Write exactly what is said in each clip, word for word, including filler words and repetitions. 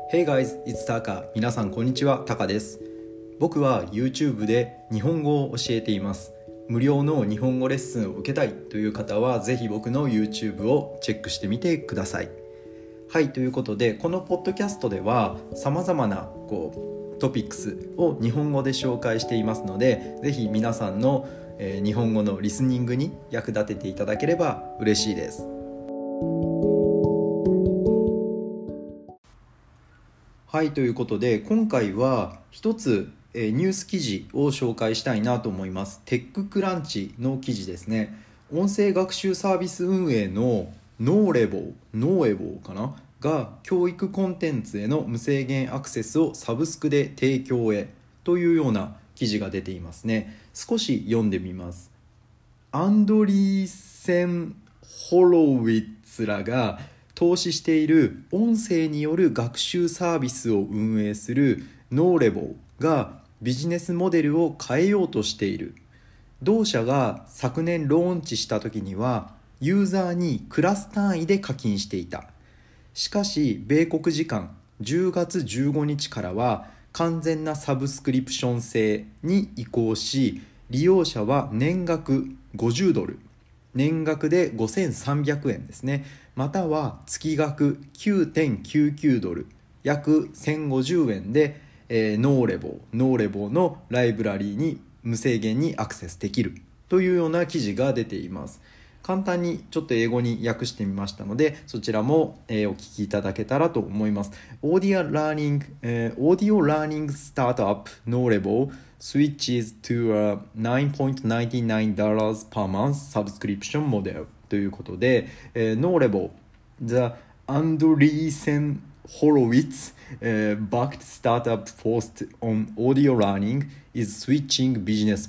Hey guys, it's Taka. 皆さんこんにちは、タカです。僕は YouTube で日本語を教えています。無料の日本語レッスンを受けたいという方はぜひ僕の YouTube をチェックしてみてください。はい、ということでこのポッドキャストでは様々なこうトピックスを日本語で紹介していますので、ぜひ皆さんの、えー、日本語のリスニングに役立てていただければ嬉しいです。はい、ということで今回は一つ、えー、ニュース記事を紹介したいなと思います。テッククランチの記事ですね。音声学習サービス運営のノーレボー、ノーエボーかなが教育コンテンツへの無制限アクセスをサブスクで提供へというような記事が出ていますね。少し読んでみます。アンドリーセン・ホロウィッツらが投資している音声による学習サービスを運営するノーレボーがビジネスモデルを変えようとしている。同社が昨年ローンチした時にはユーザーにクラス単位で課金していた。しかし米国時間じゅうがつじゅうごにちからは完全なサブスクリプション制に移行し、利用者は年額ごじゅうドル、年額でごせんさんびゃくえんですね、または月額 きゅうてんきゅうきゅうドル、約せんごじゅうえんで、えー、ノーレボーノーレボーのライブラリーに無制限にアクセスできるというような記事が出ています。簡単にちょっと英語に訳してみましたので、そちらも、えー、お聞きいただけたらと思います。オーディオラーニング、えー、オーディオラーニングスタートアップノーレボー switches to a ナインドルきゅうじゅうきゅう per month subscription model ということで、えー、ノーレボー The Andreessen Horowitz、uh, backed startup focused on audio learning is switching business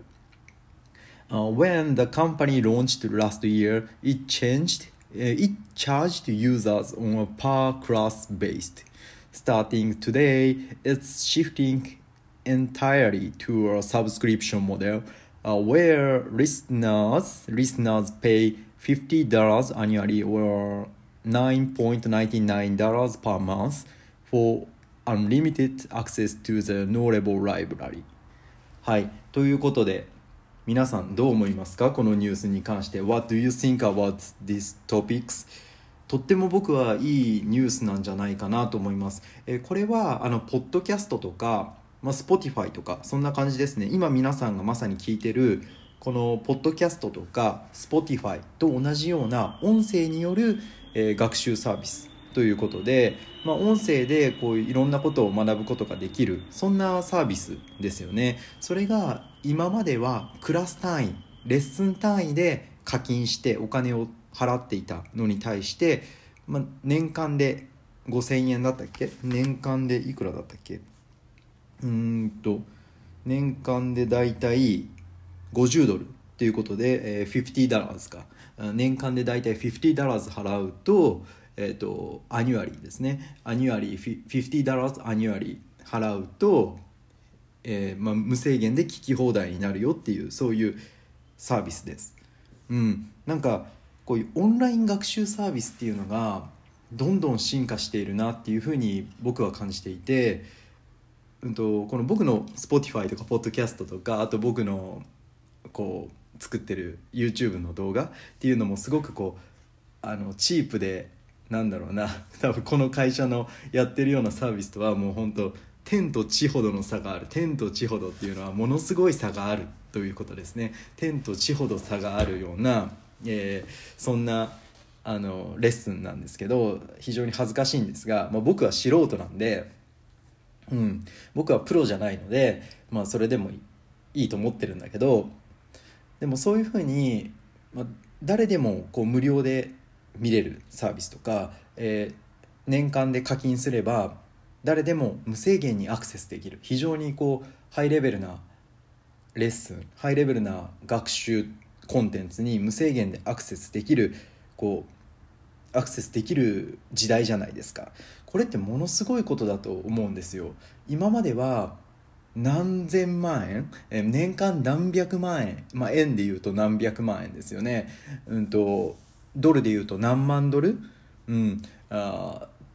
model.Uh, when the company launched last year, it changed. Uh, it charged users on a per class based. Starting today, it's shifting entirely to a subscription model, uh, where listeners listeners pay fifty dollars annually or nine dollars and ninety-nine cents per month for unlimited access to the Knowable library. はい、ということで。皆さんどう思いますか？このニュースに関して。 What do you think about these topics? とっても僕はいいニュースなんじゃないかなと思います。えー、これはあのポッドキャストとか、まあ、Spotify とかそんな感じですね。今皆さんがまさに聞いてるこのポッドキャストとか Spotify と同じような音声による、えー、学習サービスということで、まあ、音声でこういろんなことを学ぶことができる、そんなサービスですよね。それが今まではクラス単位、レッスン単位で課金してお金を払っていたのに対して、まあ、年間でごせんえんだったっけ、年間でいくらだったっけ、うーんと年間でだいたいごじゅうドルということで、えー、ごじゅうドラーか、年間でだいたいごじゅうドラー払うと、えーと、アニュアリーですね。アニュアリー、ごじゅうドラーアニュアリー払うと、えーまあ、無制限で聞き放題になるよっていう、そういうサービスです。うん、なんかこういうオンライン学習サービスっていうのがどんどん進化しているなっていうふうに僕は感じていて、うんと、この僕の Spotify とか Podcast とか、あと僕のこう作ってる YouTube の動画っていうのもすごくこうあのチープで、なんだろうな、多分この会社のやってるようなサービスとはもう本当天と地ほどの差がある。天と地ほどっていうのはものすごい差があるということですね。天と地ほど差があるような、えー、そんなあのレッスンなんですけど、非常に恥ずかしいんですが、まあ、僕は素人なんで、うん、僕はプロじゃないので、まあ、それでもいいと思ってるんだけど、でもそういうふうに、まあ、誰でもこう無料で見れるサービスとか、えー、年間で課金すれば誰でも無制限にアクセスできる、非常にこうハイレベルなレッスン、ハイレベルな学習コンテンツに無制限でアクセスできる、こうアクセスできる時代じゃないですか。これってものすごいことだと思うんですよ。今までは何千万円、え年間何百万円、まあ、円でいうと何百万円ですよね。うんとドルでいうと何万ドル、うん、あ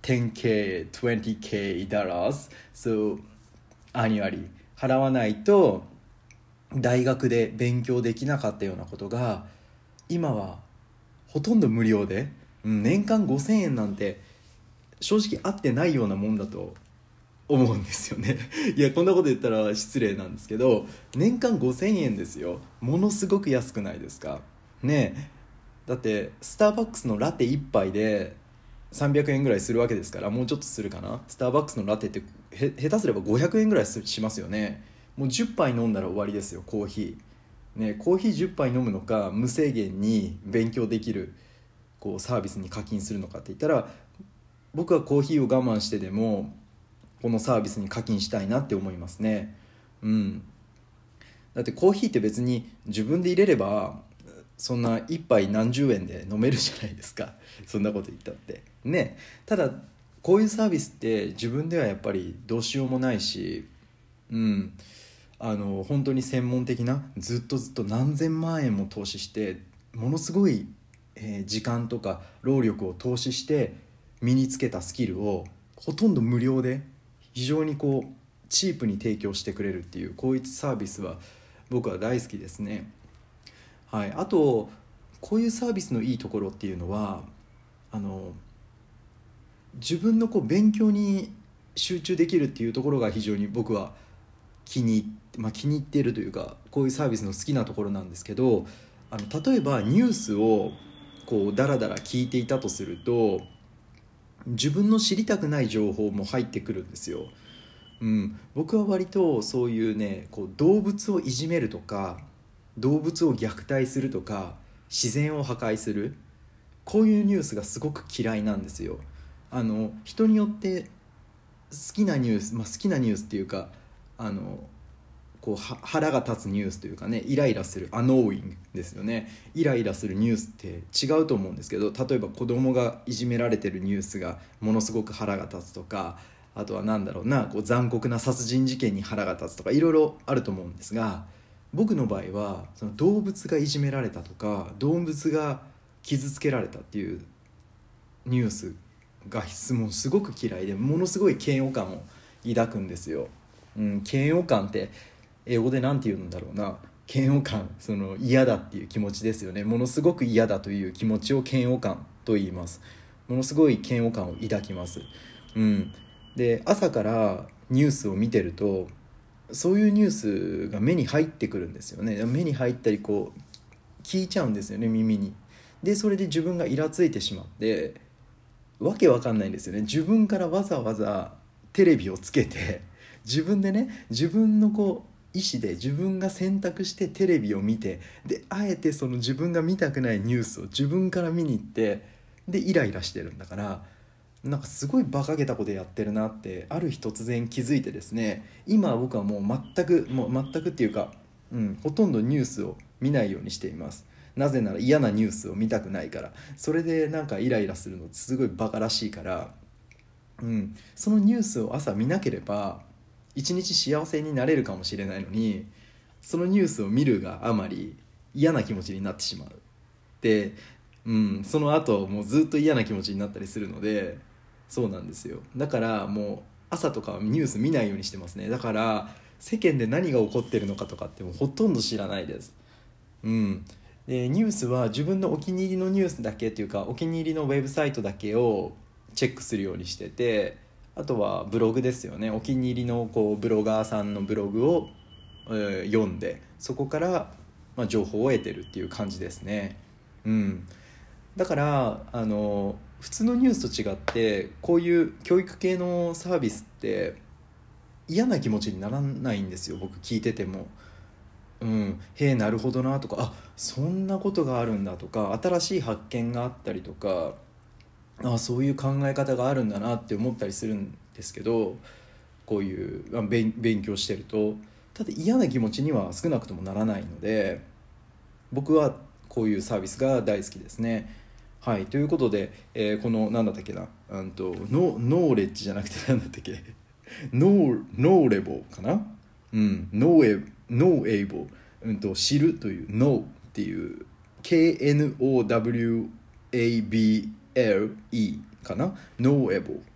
テンケー、トゥエンティーケー dollars so annually 払わないと大学で勉強できなかったようなことが今はほとんど無料で、うん、年間ごせんえんなんて正直合ってないようなもんだと思うんですよねいやこんなこと言ったら失礼なんですけど、年間ごせんえんですよ。ものすごく安くないですかね。えだってスターバックスのラテいっぱいでさんびゃくえんぐらいするわけですから、もうちょっとするかな。スターバックスのラテってへ下手すればごひゃくえんぐらいしますよね。もうじゅっぱい飲んだら終わりですよ、コーヒーね。コーヒーじゅっぱい飲むのか、無制限に勉強できるこうサービスに課金するのかって言ったら、僕はコーヒーを我慢してでもこのサービスに課金したいなって思いますね。うん、だってコーヒーって別に自分で入れればそんな一杯何十円で飲めるじゃないですかそんなこと言ったってね。ただこういうサービスって自分ではやっぱりどうしようもないし、うんあの本当に専門的な、ずっとずっと何千万円も投資してものすごい、えー時間とか労力を投資して身につけたスキルをほとんど無料で非常にこうチープに提供してくれるっていう、こういうサービスは僕は大好きですね。はい、あとこういうサービスのいいところっていうのは、あの自分のこう勉強に集中できるっていうところが非常に僕は気に入って、まあ、気に入っているというか、こういうサービスの好きなところなんですけど、あの例えばニュースをこうダラダラ聞いていたとすると、自分の知りたくない情報も入ってくるんですよ。うん、僕は割とそういうね、こう動物をいじめるとか動物を虐待するとか自然を破壊する、こういうニュースがすごく嫌いなんですよ。あの人によって好きなニュース、まあ、好きなニュースっていうか、あのこうは腹が立つニュースというかね、イライラするアノーイングですよね。イライラするニュースって違うと思うんですけど、例えば子供がいじめられてるニュースがものすごく腹が立つとか、あとはなんだろうな、こう残酷な殺人事件に腹が立つとか、いろいろあると思うんですが、僕の場合はその動物がいじめられたとか動物が傷つけられたっていうニュースがもうすごく嫌いで、ものすごい嫌悪感を抱くんですよ。うん、嫌悪感って英語でなんて言うんだろうな。嫌悪感、その嫌だっていう気持ちですよね。ものすごく嫌だという気持ちを嫌悪感と言います。ものすごい嫌悪感を抱きます。うん、で朝からニュースを見てるとそういうニュースが目に入ってくるんですよね。目に入ったりこう聞いちゃうんですよね、耳に。でそれで自分がイラついてしまって、わけわかんないんですよね。自分からわざわざテレビをつけて自分でね、自分のこう意思で自分が選択してテレビを見て、であえてその自分が見たくないニュースを自分から見に行って、でイライラしてるんだから、なんかすごい馬鹿げたことやってるなってある日突然気づいてですね、今僕はもう全くもう全くっていうか、うん、ほとんどニュースを見ないようにしています。なぜなら嫌なニュースを見たくないから。それでなんかイライラするのすごいバカらしいから、うん、そのニュースを朝見なければ一日幸せになれるかもしれないのに、そのニュースを見るがあまり嫌な気持ちになってしまう。で、うん、その後もうずっと嫌な気持ちになったりするので、そうなんですよ。だからもう朝とかはニュース見ないようにしてますね。だから世間で何が起こってるのかとかってもうほとんど知らないです。うん、でニュースは自分のお気に入りのニュースだけっていうか、お気に入りのウェブサイトだけをチェックするようにしてて、あとはブログですよね。お気に入りのこうブロガーさんのブログを、えー読んで、そこから、まあ、情報を得てるっていう感じですね。うん、だからあの普通のニュースと違って、こういう教育系のサービスって嫌な気持ちにならないんですよ、僕聞いてても。うん、へえなるほどなとか、あそんなことがあるんだとか、新しい発見があったりとか、あそういう考え方があるんだなって思ったりするんですけど、こういう、まあ、勉勉強してると、ただ嫌な気持ちには少なくともならないので、僕はこういうサービスが大好きですね。はい、ということで、えーこの何だったっけな、うんとノノーレッジじゃなくて何だったっけノーノーレボかな、うんノーエノーエイボ、うんと知るというノーっていう ケーエヌオーダブリューエービーエルイー かな、ノーエボ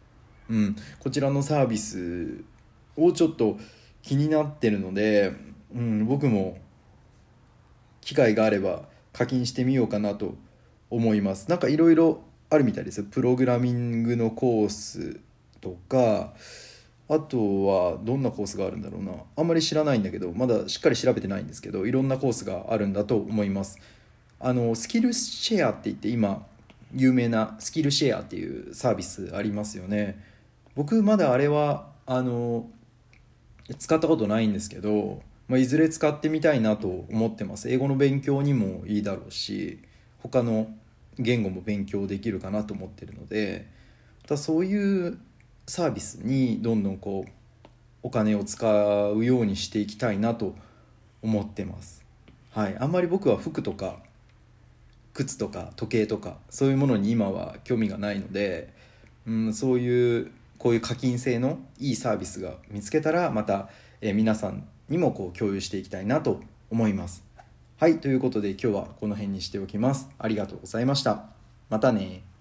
うん、こちらのサービスをちょっと気になってるので、うん、僕も機会があれば課金してみようかなと思います。なんかいろいろあるみたいですよ。プログラミングのコースとか、あとはどんなコースがあるんだろうな、あんまり知らないんだけど、まだしっかり調べてないんですけど、いろんなコースがあるんだと思います。あのスキルシェアって言って、今有名なスキルシェアっていうサービスありますよね。僕まだあれはあの使ったことないんですけど、まあ、いずれ使ってみたいなと思ってます。英語の勉強にもいいだろうし、他の言語も勉強できるかなと思ってるので、だそういうサービスにどんどんこうお金を使うようにしていきたいなと思ってます。はい、あんまり僕は服とか靴とか時計とかそういうものに今は興味がないので、うん、そういうこういう課金制のいいサービスが見つけたらまた、えー皆さんにもこう共有していきたいなと思います。はい、ということで今日はこの辺にしておきます。ありがとうございました。またね。